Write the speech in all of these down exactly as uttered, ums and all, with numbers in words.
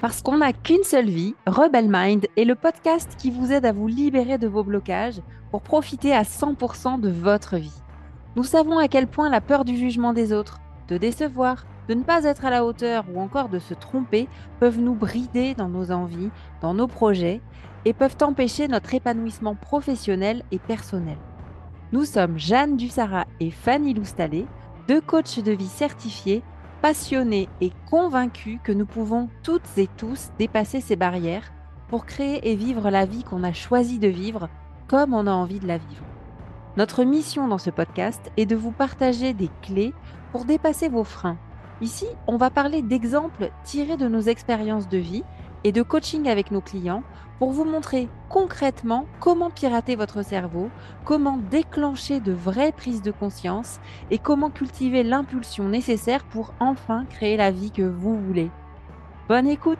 Parce qu'on n'a qu'une seule vie, Rebel Mind est le podcast qui vous aide à vous libérer de vos blocages pour profiter à cent pour cent de votre vie. Nous savons à quel point la peur du jugement des autres, de décevoir, de ne pas être à la hauteur ou encore de se tromper peuvent nous brider dans nos envies, dans nos projets et peuvent empêcher notre épanouissement professionnel et personnel. Nous sommes Jeanne Dussara et Fanny Loustalé, deux coachs de vie certifiés, passionnés et convaincus que nous pouvons toutes et tous dépasser ces barrières pour créer et vivre la vie qu'on a choisi de vivre comme on a envie de la vivre. Notre mission dans ce podcast est de vous partager des clés pour dépasser vos freins. Ici, on va parler d'exemples tirés de nos expériences de vie et de coaching avec nos clients pour vous montrer concrètement comment pirater votre cerveau, comment déclencher de vraies prises de conscience et comment cultiver l'impulsion nécessaire pour enfin créer la vie que vous voulez. Bonne écoute!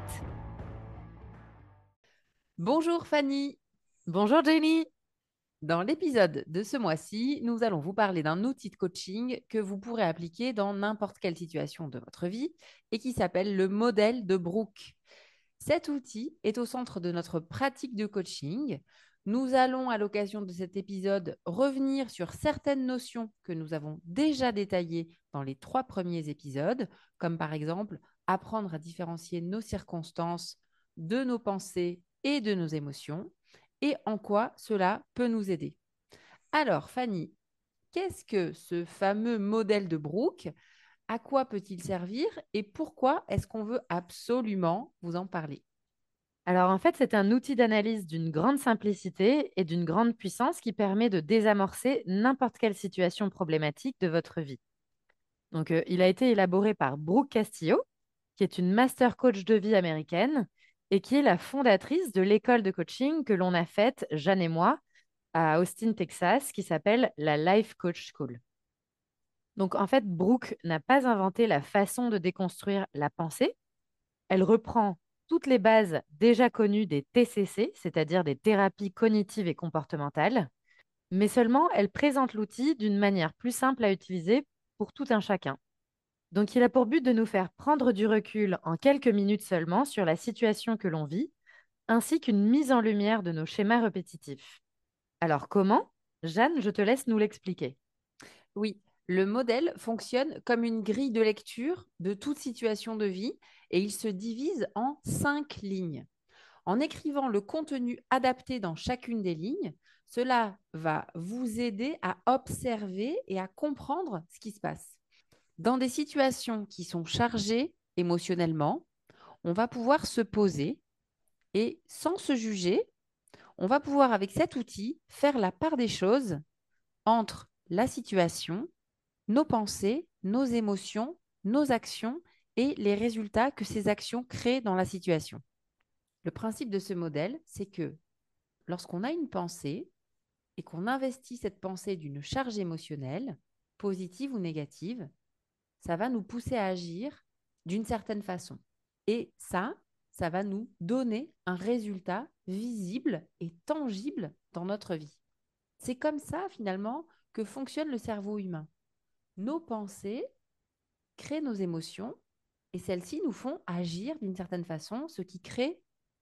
Bonjour Fanny! Bonjour Jenny. Dans l'épisode de ce mois-ci, nous allons vous parler d'un outil de coaching que vous pourrez appliquer dans n'importe quelle situation de votre vie et qui s'appelle le modèle de Brooke. Cet outil est au centre de notre pratique de coaching. Nous allons, à l'occasion de cet épisode, revenir sur certaines notions que nous avons déjà détaillées dans les trois premiers épisodes, comme par exemple apprendre à différencier nos circonstances de nos pensées et de nos émotions, et en quoi cela peut nous aider. Alors, Fanny, qu'est-ce que ce fameux modèle de Brooke? À quoi peut-il servir et pourquoi est-ce qu'on veut absolument vous en parler? Alors en fait, c'est un outil d'analyse d'une grande simplicité et d'une grande puissance qui permet de désamorcer n'importe quelle situation problématique de votre vie. Donc euh, il a été élaboré par Brooke Castillo, qui est une master coach de vie américaine et qui est la fondatrice de l'école de coaching que l'on a faite, Jeanne et moi, à Austin, Texas, qui s'appelle la Life Coach School. Donc en fait, Brooke n'a pas inventé la façon de déconstruire la pensée. Elle reprend toutes les bases déjà connues des T C C, c'est-à-dire des thérapies cognitives et comportementales, mais seulement elle présente l'outil d'une manière plus simple à utiliser pour tout un chacun. Donc il a pour but de nous faire prendre du recul en quelques minutes seulement sur la situation que l'on vit, ainsi qu'une mise en lumière de nos schémas répétitifs. Alors comment? Jeanne, je te laisse nous l'expliquer. Oui, le modèle fonctionne comme une grille de lecture de toute situation de vie et il se divise en cinq lignes. En écrivant le contenu adapté dans chacune des lignes, cela va vous aider à observer et à comprendre ce qui se passe. Dans des situations qui sont chargées émotionnellement, on va pouvoir se poser et sans se juger, on va pouvoir avec cet outil faire la part des choses entre la situation, nos pensées, nos émotions, nos actions et les résultats que ces actions créent dans la situation. Le principe de ce modèle, c'est que lorsqu'on a une pensée et qu'on investit cette pensée d'une charge émotionnelle, positive ou négative, ça va nous pousser à agir d'une certaine façon. Et ça, ça va nous donner un résultat visible et tangible dans notre vie. C'est comme ça, finalement, que fonctionne le cerveau humain. Nos pensées créent nos émotions et celles-ci nous font agir d'une certaine façon, ce qui crée,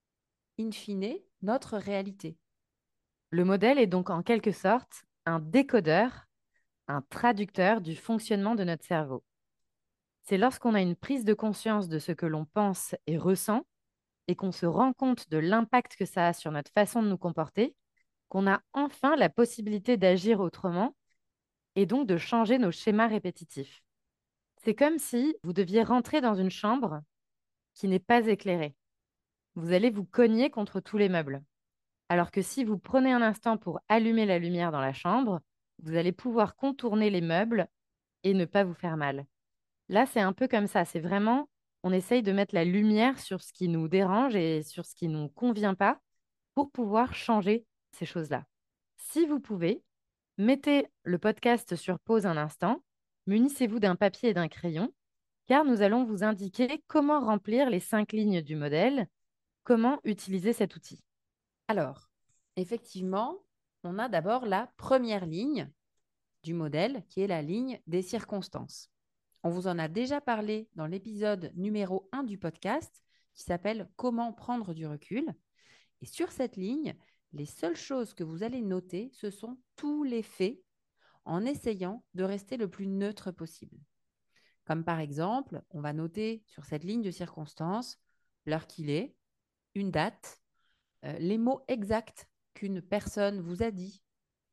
in fine, notre réalité. Le modèle est donc en quelque sorte un décodeur, un traducteur du fonctionnement de notre cerveau. C'est lorsqu'on a une prise de conscience de ce que l'on pense et ressent et qu'on se rend compte de l'impact que ça a sur notre façon de nous comporter, qu'on a enfin la possibilité d'agir autrement et donc de changer nos schémas répétitifs. C'est comme si vous deviez rentrer dans une chambre qui n'est pas éclairée. Vous allez vous cogner contre tous les meubles. Alors que si vous prenez un instant pour allumer la lumière dans la chambre, vous allez pouvoir contourner les meubles et ne pas vous faire mal. Là, c'est un peu comme ça. C'est vraiment, on essaye de mettre la lumière sur ce qui nous dérange et sur ce qui ne nous convient pas pour pouvoir changer ces choses-là. Si vous pouvez, mettez le podcast sur pause un instant, munissez-vous d'un papier et d'un crayon, car nous allons vous indiquer comment remplir les cinq lignes du modèle, comment utiliser cet outil. Alors, effectivement, on a d'abord la première ligne du modèle, qui est la ligne des circonstances. On vous en a déjà parlé dans l'épisode numéro un du podcast, qui s'appelle Comment prendre du recul. Et sur cette ligne, les seules choses que vous allez noter, ce sont tous les faits en essayant de rester le plus neutre possible. Comme par exemple, on va noter sur cette ligne de circonstance l'heure qu'il est, une date, euh, les mots exacts qu'une personne vous a dit.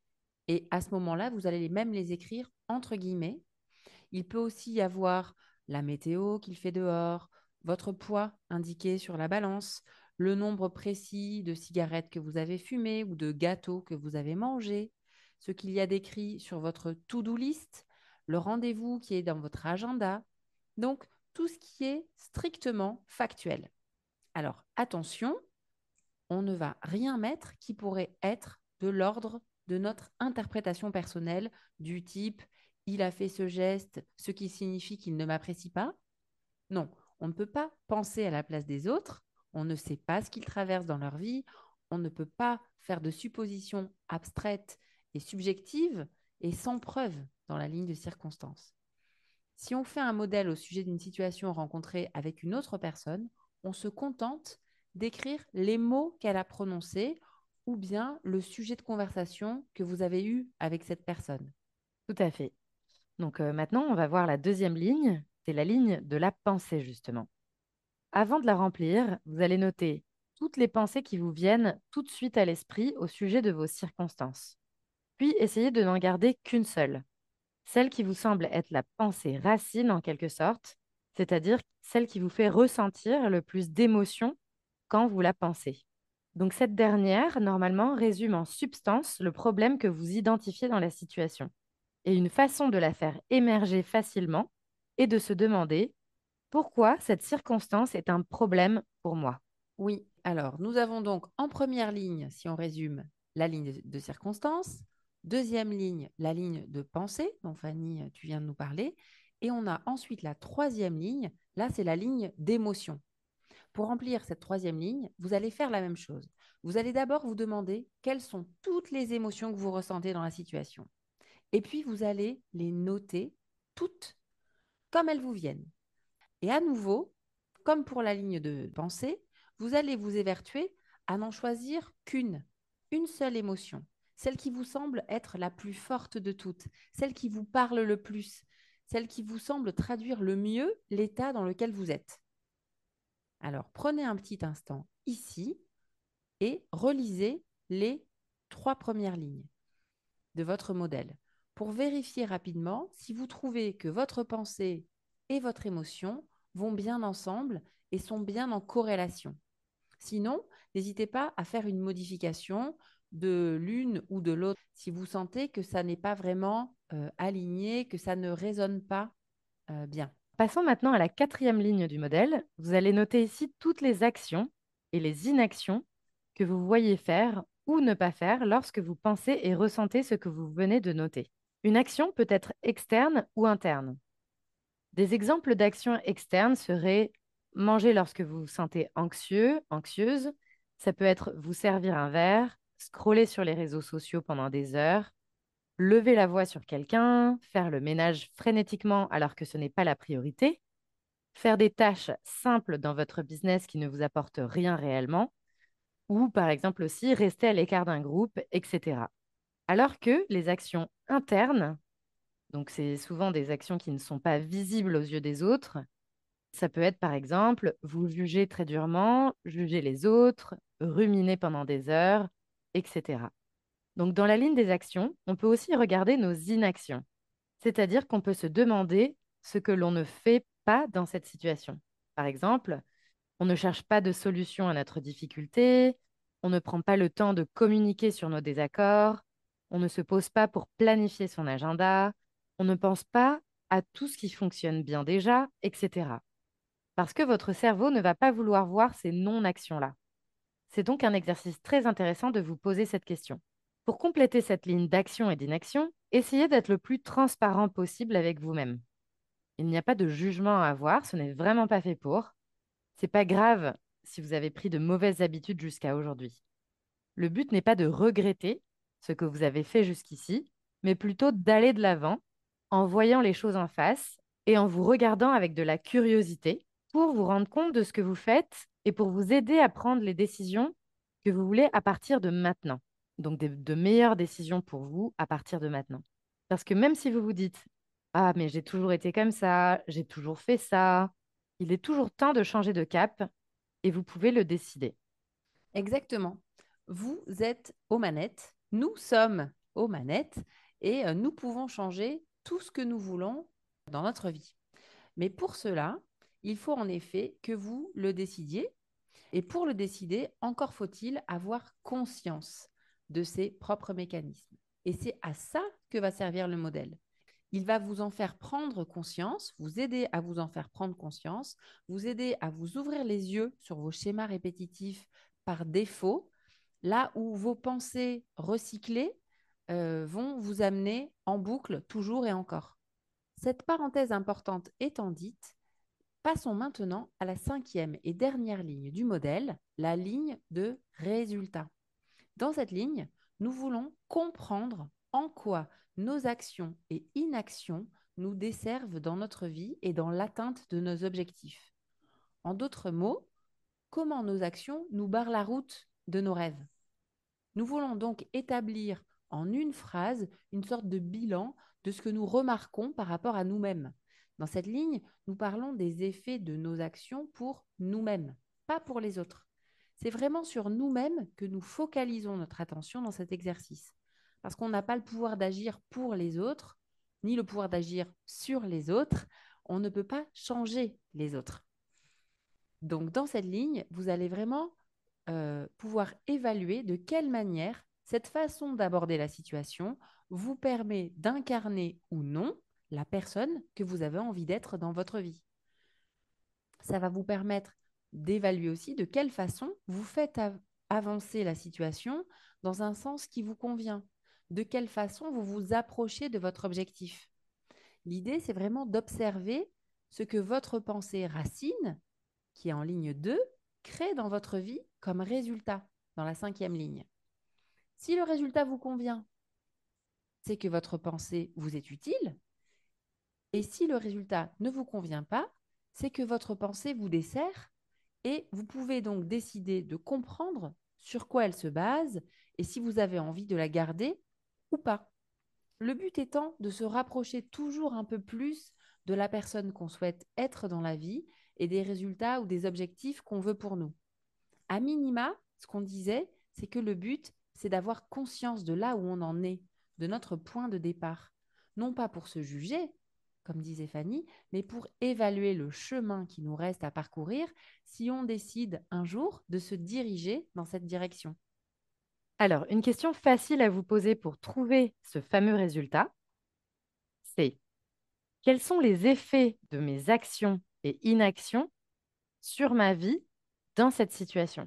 Et à ce moment-là, vous allez même les écrire entre guillemets. Il peut aussi y avoir la météo qu'il fait dehors, votre poids indiqué sur la balance, le nombre précis de cigarettes que vous avez fumées ou de gâteaux que vous avez mangés, ce qu'il y a d'écrit sur votre to-do list, le rendez-vous qui est dans votre agenda. Donc, tout ce qui est strictement factuel. Alors, attention, on ne va rien mettre qui pourrait être de l'ordre de notre interprétation personnelle du type il a fait ce geste, ce qui signifie qu'il ne m'apprécie pas. Non, on ne peut pas penser à la place des autres, on ne sait pas ce qu'ils traversent dans leur vie, on ne peut pas faire de suppositions abstraites et subjectives et sans preuve dans la ligne de circonstance. Si on fait un modèle au sujet d'une situation rencontrée avec une autre personne, on se contente d'écrire les mots qu'elle a prononcés ou bien le sujet de conversation que vous avez eu avec cette personne. Tout à fait. Donc euh, maintenant, on va voir la deuxième ligne. C'est la ligne de la pensée, justement. Avant de la remplir, vous allez noter toutes les pensées qui vous viennent tout de suite à l'esprit au sujet de vos circonstances. Puis essayez de n'en garder qu'une seule, celle qui vous semble être la pensée racine en quelque sorte, c'est-à-dire celle qui vous fait ressentir le plus d'émotions quand vous la pensez. Donc cette dernière, normalement, résume en substance le problème que vous identifiez dans la situation. Et une façon de la faire émerger facilement est de se demander pourquoi cette circonstance est un problème pour moi. Oui, alors nous avons donc en première ligne, si on résume, la ligne de, de circonstance, deuxième ligne, la ligne de pensée, dont Fanny, tu viens de nous parler, et on a ensuite la troisième ligne, là c'est la ligne d'émotion. Pour remplir cette troisième ligne, vous allez faire la même chose. Vous allez d'abord vous demander quelles sont toutes les émotions que vous ressentez dans la situation. Et puis, vous allez les noter toutes comme elles vous viennent. Et à nouveau, comme pour la ligne de pensée, vous allez vous évertuer à n'en choisir qu'une, une seule émotion, celle qui vous semble être la plus forte de toutes, celle qui vous parle le plus, celle qui vous semble traduire le mieux l'état dans lequel vous êtes. Alors, prenez un petit instant ici et relisez les trois premières lignes de votre modèle pour vérifier rapidement si vous trouvez que votre pensée et votre émotion vont bien ensemble et sont bien en corrélation. Sinon, n'hésitez pas à faire une modification de l'une ou de l'autre si vous sentez que ça n'est pas vraiment euh, aligné, que ça ne résonne pas euh, bien. Passons maintenant à la quatrième ligne du modèle. Vous allez noter ici toutes les actions et les inactions que vous voyez faire ou ne pas faire lorsque vous pensez et ressentez ce que vous venez de noter. Une action peut être externe ou interne. Des exemples d'actions externes seraient manger lorsque vous vous sentez anxieux, anxieuse. Ça peut être vous servir un verre, scroller sur les réseaux sociaux pendant des heures, lever la voix sur quelqu'un, faire le ménage frénétiquement alors que ce n'est pas la priorité, faire des tâches simples dans votre business qui ne vous apportent rien réellement, ou par exemple aussi rester à l'écart d'un groupe, et cetera. Alors que les actions internes, donc c'est souvent des actions qui ne sont pas visibles aux yeux des autres, ça peut être par exemple vous juger très durement, juger les autres, ruminer pendant des heures, et cetera. Donc dans la ligne des actions, on peut aussi regarder nos inactions, c'est-à-dire qu'on peut se demander ce que l'on ne fait pas dans cette situation. Par exemple, on ne cherche pas de solution à notre difficulté, on ne prend pas le temps de communiquer sur nos désaccords, on ne se pose pas pour planifier son agenda, on ne pense pas à tout ce qui fonctionne bien déjà, et cetera. Parce que votre cerveau ne va pas vouloir voir ces non-actions-là. C'est donc un exercice très intéressant de vous poser cette question. Pour compléter cette ligne d'action et d'inaction, essayez d'être le plus transparent possible avec vous-même. Il n'y a pas de jugement à avoir, ce n'est vraiment pas fait pour. C'est pas grave si vous avez pris de mauvaises habitudes jusqu'à aujourd'hui. Le but n'est pas de regretter ce que vous avez fait jusqu'ici, mais plutôt d'aller de l'avant en voyant les choses en face et en vous regardant avec de la curiosité pour vous rendre compte de ce que vous faites et pour vous aider à prendre les décisions que vous voulez à partir de maintenant. Donc, des- de meilleures décisions pour vous à partir de maintenant. Parce que même si vous vous dites, ah, mais j'ai toujours été comme ça, j'ai toujours fait ça, il est toujours temps de changer de cap et vous pouvez le décider. Exactement. Vous êtes aux manettes, nous sommes aux manettes et euh, nous pouvons changer tout ce que nous voulons dans notre vie. Mais pour cela, il faut en effet que vous le décidiez. Et pour le décider, encore faut-il avoir conscience de ses propres mécanismes. Et c'est à ça que va servir le modèle. Il va vous en faire prendre conscience, vous aider à vous en faire prendre conscience, vous aider à vous ouvrir les yeux sur vos schémas répétitifs par défaut, là où vos pensées recyclées euh, vont vous amener en boucle toujours et encore. Cette parenthèse importante étant dite, passons maintenant à la cinquième et dernière ligne du modèle, la ligne de résultat. Dans cette ligne, nous voulons comprendre en quoi nos actions et inactions nous desservent dans notre vie et dans l'atteinte de nos objectifs. En d'autres mots, comment nos actions nous barrent la route de nos rêves. Nous voulons donc établir en une phrase une sorte de bilan de ce que nous remarquons par rapport à nous-mêmes. Dans cette ligne, nous parlons des effets de nos actions pour nous-mêmes, pas pour les autres. C'est vraiment sur nous-mêmes que nous focalisons notre attention dans cet exercice. Parce qu'on n'a pas le pouvoir d'agir pour les autres, ni le pouvoir d'agir sur les autres. On ne peut pas changer les autres. Donc, dans cette ligne, vous allez vraiment euh, pouvoir évaluer de quelle manière cette façon d'aborder la situation vous permet d'incarner ou non la personne que vous avez envie d'être dans votre vie. Ça va vous permettre d'évaluer aussi de quelle façon vous faites av- avancer la situation dans un sens qui vous convient, de quelle façon vous vous approchez de votre objectif. L'idée, c'est vraiment d'observer ce que votre pensée racine, qui est en ligne deux, crée dans votre vie comme résultat dans la cinquième ligne. Si le résultat vous convient, c'est que votre pensée vous est utile. Et si le résultat ne vous convient pas, c'est que votre pensée vous dessert et vous pouvez donc décider de comprendre sur quoi elle se base et si vous avez envie de la garder ou pas. Le but étant de se rapprocher toujours un peu plus de la personne qu'on souhaite être dans la vie et des résultats ou des objectifs qu'on veut pour nous. À minima, ce qu'on disait, c'est que le but, c'est d'avoir conscience de là où on en est, de notre point de départ. Non pas pour se juger, comme disait Fanny, mais pour évaluer le chemin qui nous reste à parcourir si on décide un jour de se diriger dans cette direction. Alors, une question facile à vous poser pour trouver ce fameux résultat, c'est quels sont les effets de mes actions et inactions sur ma vie dans cette situation?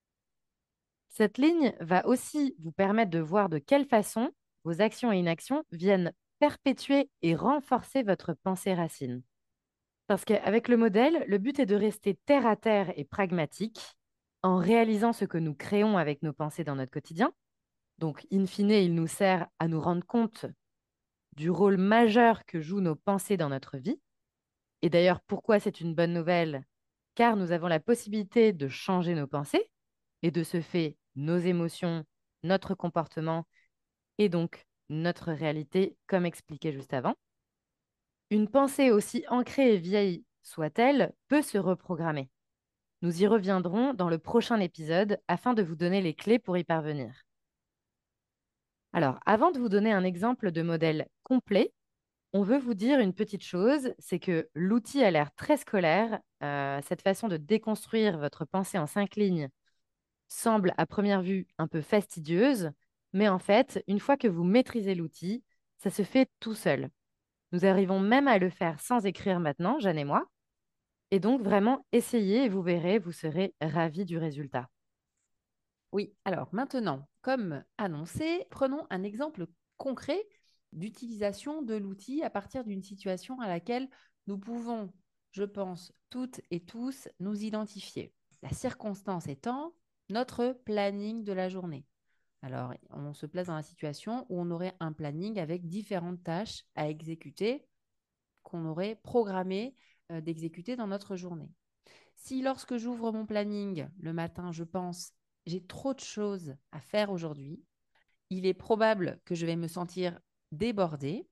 Cette ligne va aussi vous permettre de voir de quelle façon vos actions et inactions viennent perpétuer et renforcer votre pensée racine. Parce qu'avec le modèle, le but est de rester terre à terre et pragmatique en réalisant ce que nous créons avec nos pensées dans notre quotidien. Donc, in fine, il nous sert à nous rendre compte du rôle majeur que jouent nos pensées dans notre vie. Et d'ailleurs, pourquoi c'est une bonne nouvelle? Car nous avons la possibilité de changer nos pensées et de ce fait, nos émotions, notre comportement et donc notre réalité, comme expliqué juste avant. Une pensée aussi ancrée et vieille soit-elle peut se reprogrammer. Nous y reviendrons dans le prochain épisode afin de vous donner les clés pour y parvenir. Alors, avant de vous donner un exemple de modèle complet, on veut vous dire une petite chose, c'est que l'outil a l'air très scolaire. Euh, cette façon de déconstruire votre pensée en cinq lignes semble à première vue un peu fastidieuse, mais en fait, une fois que vous maîtrisez l'outil, ça se fait tout seul. Nous arrivons même à le faire sans écrire maintenant, Jeanne et moi. Et donc, vraiment, essayez et vous verrez, vous serez ravis du résultat. Oui, alors maintenant, comme annoncé, prenons un exemple concret d'utilisation de l'outil à partir d'une situation à laquelle nous pouvons, je pense, toutes et tous nous identifier. La circonstance étant notre planning de la journée. Alors, on se place dans la situation où on aurait un planning avec différentes tâches à exécuter qu'on aurait programmé euh, d'exécuter dans notre journée. Si lorsque j'ouvre mon planning le matin, je pense j'ai trop de choses à faire aujourd'hui, il est probable que je vais me sentir débordée.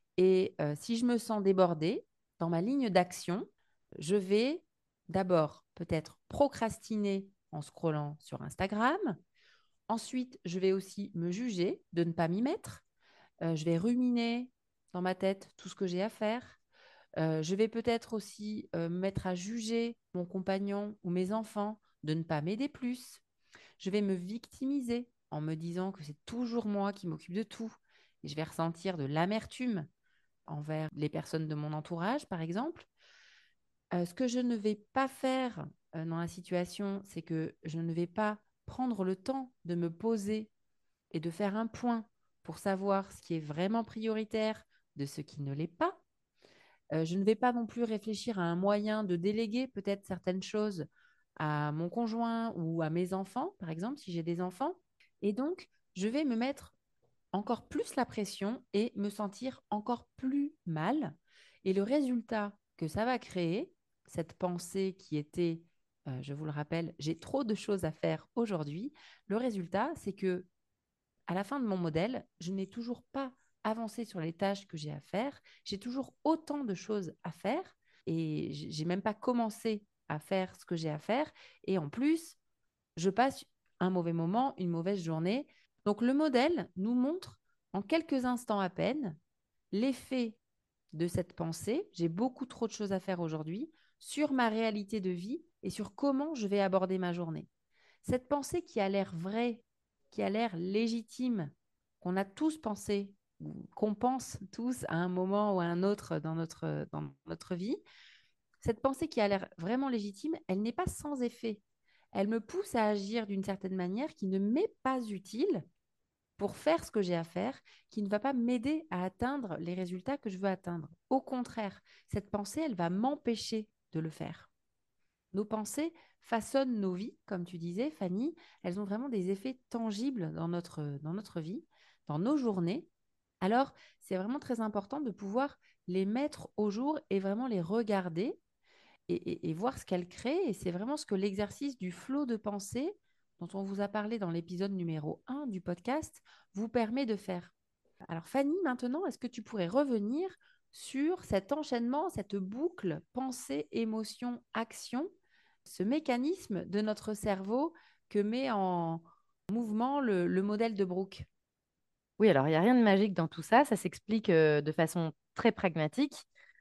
Et euh, si je me sens débordée, dans ma ligne d'action, je vais d'abord peut-être procrastiner en scrollant sur Instagram. Ensuite, je vais aussi me juger de ne pas m'y mettre. Euh, je vais ruminer dans ma tête tout ce que j'ai à faire. Euh, je vais peut-être aussi euh, me mettre à juger mon compagnon ou mes enfants de ne pas m'aider plus. Je vais me victimiser en me disant que c'est toujours moi qui m'occupe de tout. Et je vais ressentir de l'amertume envers les personnes de mon entourage, par exemple. Euh, ce que je ne vais pas faire euh, dans la situation, c'est que je ne vais pas prendre le temps de me poser et de faire un point pour savoir ce qui est vraiment prioritaire de ce qui ne l'est pas. Euh, je ne vais pas non plus réfléchir à un moyen de déléguer peut-être certaines choses à mon conjoint ou à mes enfants, par exemple, si j'ai des enfants. Et donc, je vais me mettre encore plus la pression et me sentir encore plus mal. Et le résultat que ça va créer, cette pensée qui était, euh, je vous le rappelle, j'ai trop de choses à faire aujourd'hui, le résultat, c'est que à la fin de mon modèle, je n'ai toujours pas avancé sur les tâches que j'ai à faire. J'ai toujours autant de choses à faire et j'ai même pas commencé à faire ce que j'ai à faire. Et en plus, je passe un mauvais moment, une mauvaise journée. Donc le modèle nous montre en quelques instants à peine l'effet de cette pensée, j'ai beaucoup trop de choses à faire aujourd'hui, sur ma réalité de vie et sur comment je vais aborder ma journée. Cette pensée qui a l'air vraie, qui a l'air légitime, qu'on a tous pensé, qu'on pense tous à un moment ou à un autre dans notre, dans notre vie, cette pensée qui a l'air vraiment légitime, elle n'est pas sans effet. Elle me pousse à agir d'une certaine manière qui ne m'est pas utile pour faire ce que j'ai à faire, qui ne va pas m'aider à atteindre les résultats que je veux atteindre. Au contraire, cette pensée, elle va m'empêcher de le faire. Nos pensées façonnent nos vies, comme tu disais, Fanny. Elles ont vraiment des effets tangibles dans notre, dans notre vie, dans nos journées. Alors, c'est vraiment très important de pouvoir les mettre au jour et vraiment les regarder et, et- et voir ce qu'elle crée. Et c'est vraiment ce que l'exercice du flot de pensée, dont on vous a parlé dans l'épisode numéro un du podcast, vous permet de faire. Alors Fanny, maintenant, est-ce que tu pourrais revenir sur cet enchaînement, cette boucle pensée, émotion, action, ce mécanisme de notre cerveau que met en mouvement le, le modèle de Brooke? Oui, alors il n'y a rien de magique dans tout ça, ça s'explique euh, de façon très pragmatique.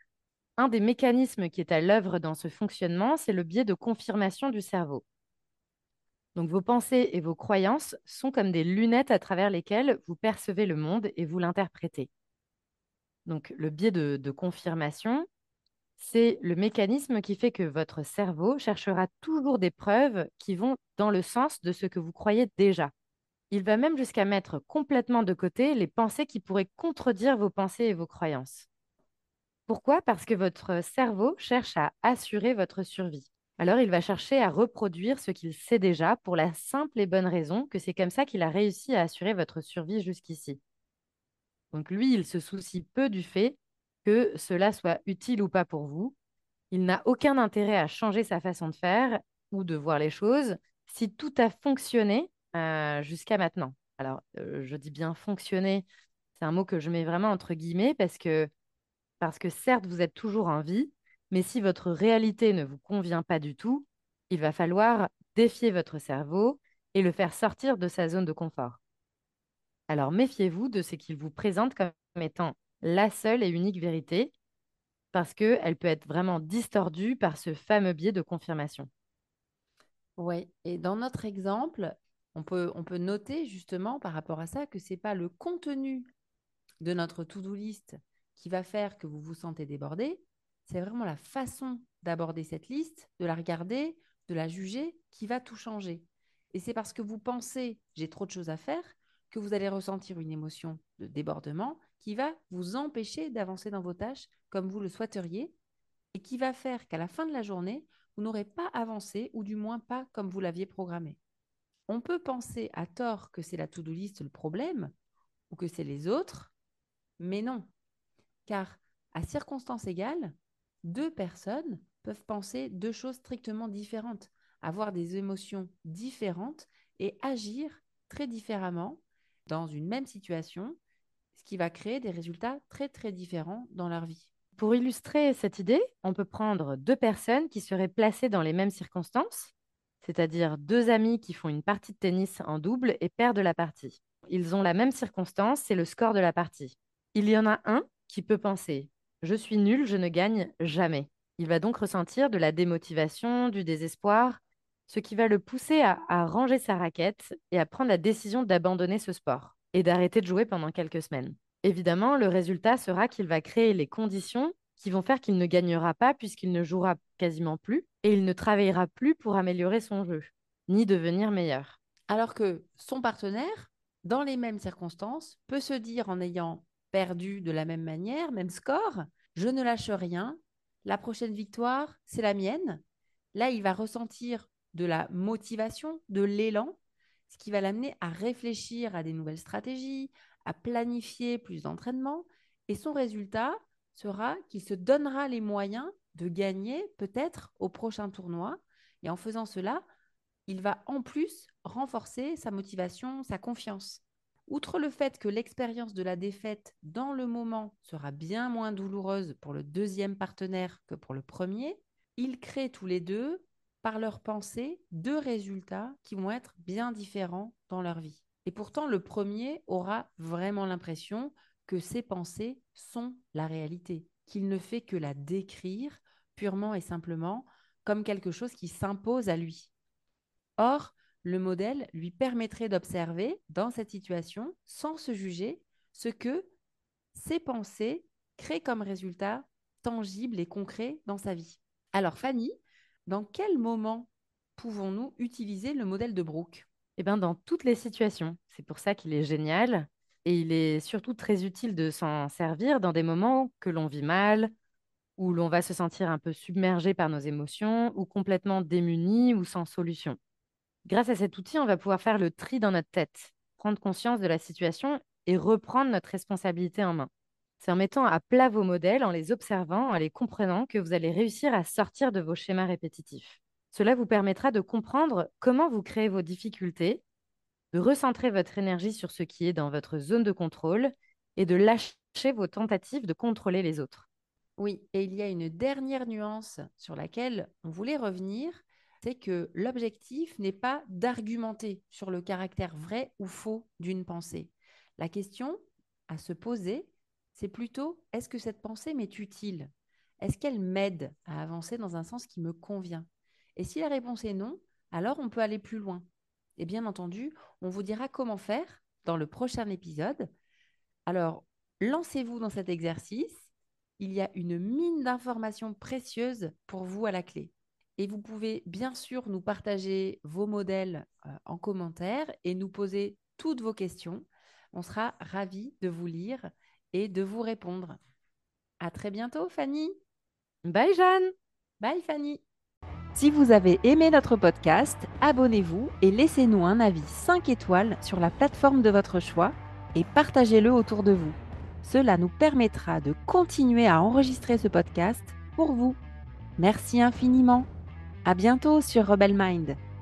Un des mécanismes qui est à l'œuvre dans ce fonctionnement, c'est le biais de confirmation du cerveau. Donc vos pensées et vos croyances sont comme des lunettes à travers lesquelles vous percevez le monde et vous l'interprétez. Donc le biais de, de confirmation, c'est le mécanisme qui fait que votre cerveau cherchera toujours des preuves qui vont dans le sens de ce que vous croyez déjà. Il va même jusqu'à mettre complètement de côté les pensées qui pourraient contredire vos pensées et vos croyances. Pourquoi? Parce que votre cerveau cherche à assurer votre survie. Alors il va chercher à reproduire ce qu'il sait déjà pour la simple et bonne raison que c'est comme ça qu'il a réussi à assurer votre survie jusqu'ici. Donc lui, il se soucie peu du fait que cela soit utile ou pas pour vous. Il n'a aucun intérêt à changer sa façon de faire ou de voir les choses si tout a fonctionné euh, jusqu'à maintenant. Alors, euh, je dis bien fonctionner, c'est un mot que je mets vraiment entre guillemets parce que, parce que certes, vous êtes toujours en vie, mais si votre réalité ne vous convient pas du tout, il va falloir défier votre cerveau et le faire sortir de sa zone de confort. Alors, méfiez-vous de ce qu'il vous présente comme étant la seule et unique vérité parce qu'elle peut être vraiment distordue par ce fameux biais de confirmation. Oui, et dans notre exemple, on peut, on peut noter justement par rapport à ça que ce n'est pas le contenu de notre to-do list qui va faire que vous vous sentez débordé, c'est vraiment la façon d'aborder cette liste, de la regarder, de la juger qui va tout changer. Et c'est parce que vous pensez j'ai trop de choses à faire que vous allez ressentir une émotion de débordement qui va vous empêcher d'avancer dans vos tâches comme vous le souhaiteriez et qui va faire qu'à la fin de la journée, vous n'aurez pas avancé ou du moins pas comme vous l'aviez programmé. On peut penser à tort que c'est la to-do list le problème ou que c'est les autres, mais non, car à circonstances égales, deux personnes peuvent penser deux choses strictement différentes, avoir des émotions différentes et agir très différemment dans une même situation, ce qui va créer des résultats très très différents dans leur vie. Pour illustrer cette idée, on peut prendre deux personnes qui seraient placées dans les mêmes circonstances, c'est-à-dire deux amis qui font une partie de tennis en double et perdent la partie. Ils ont la même circonstance, c'est le score de la partie. Il y en a un qui peut penser: je suis nul, je ne gagne jamais. Il va donc ressentir de la démotivation, du désespoir, ce qui va le pousser à, à ranger sa raquette et à prendre la décision d'abandonner ce sport et d'arrêter de jouer pendant quelques semaines. Évidemment, le résultat sera qu'il va créer les conditions qui vont faire qu'il ne gagnera pas puisqu'il ne jouera quasiment plus et il ne travaillera plus pour améliorer son jeu, ni devenir meilleur. Alors que son partenaire, dans les mêmes circonstances, peut se dire en ayant perdu de la même manière, même score, je ne lâche rien, la prochaine victoire, c'est la mienne. Là, il va ressentir de la motivation, de l'élan, ce qui va l'amener à réfléchir à des nouvelles stratégies, à planifier plus d'entraînement. Et son résultat sera qu'il se donnera les moyens de gagner peut-être au prochain tournoi. Et en faisant cela, il va en plus renforcer sa motivation, sa confiance. Outre le fait que l'expérience de la défaite dans le moment sera bien moins douloureuse pour le deuxième partenaire que pour le premier, ils créent tous les deux, par leur pensée, deux résultats qui vont être bien différents dans leur vie. Et pourtant, le premier aura vraiment l'impression que ses pensées sont la réalité, qu'il ne fait que la décrire purement et simplement comme quelque chose qui s'impose à lui. Or, le modèle lui permettrait d'observer dans cette situation, sans se juger, ce que ses pensées créent comme résultat tangible et concret dans sa vie. Alors, Fanny, dans quel moment pouvons-nous utiliser le modèle de Brooke? Eh bien, dans toutes les situations. C'est pour ça qu'il est génial et il est surtout très utile de s'en servir dans des moments que l'on vit mal, où l'on va se sentir un peu submergé par nos émotions ou complètement démuni ou sans solution. Grâce à cet outil, on va pouvoir faire le tri dans notre tête, prendre conscience de la situation et reprendre notre responsabilité en main. C'est en mettant à plat vos modèles, en les observant, en les comprenant, que vous allez réussir à sortir de vos schémas répétitifs. Cela vous permettra de comprendre comment vous créez vos difficultés, de recentrer votre énergie sur ce qui est dans votre zone de contrôle et de lâcher vos tentatives de contrôler les autres. Oui, et il y a une dernière nuance sur laquelle on voulait revenir, c'est que l'objectif n'est pas d'argumenter sur le caractère vrai ou faux d'une pensée. La question à se poser, c'est plutôt: est-ce que cette pensée m'est utile? Est-ce qu'elle m'aide à avancer dans un sens qui me convient? Et si la réponse est non, alors on peut aller plus loin. Et bien entendu, on vous dira comment faire dans le prochain épisode. Alors, lancez-vous dans cet exercice. Il y a une mine d'informations précieuses pour vous à la clé. Et vous pouvez bien sûr nous partager vos modèles euh, en commentaire et nous poser toutes vos questions. On sera ravis de vous lire et de vous répondre. À très bientôt, Fanny. Bye Jeanne! Bye, Fanny. Si vous avez aimé notre podcast, abonnez-vous et laissez-nous un avis cinq étoiles sur la plateforme de votre choix et partagez-le autour de vous. Cela nous permettra de continuer à enregistrer ce podcast pour vous. Merci infiniment. À bientôt sur Rebel Mind.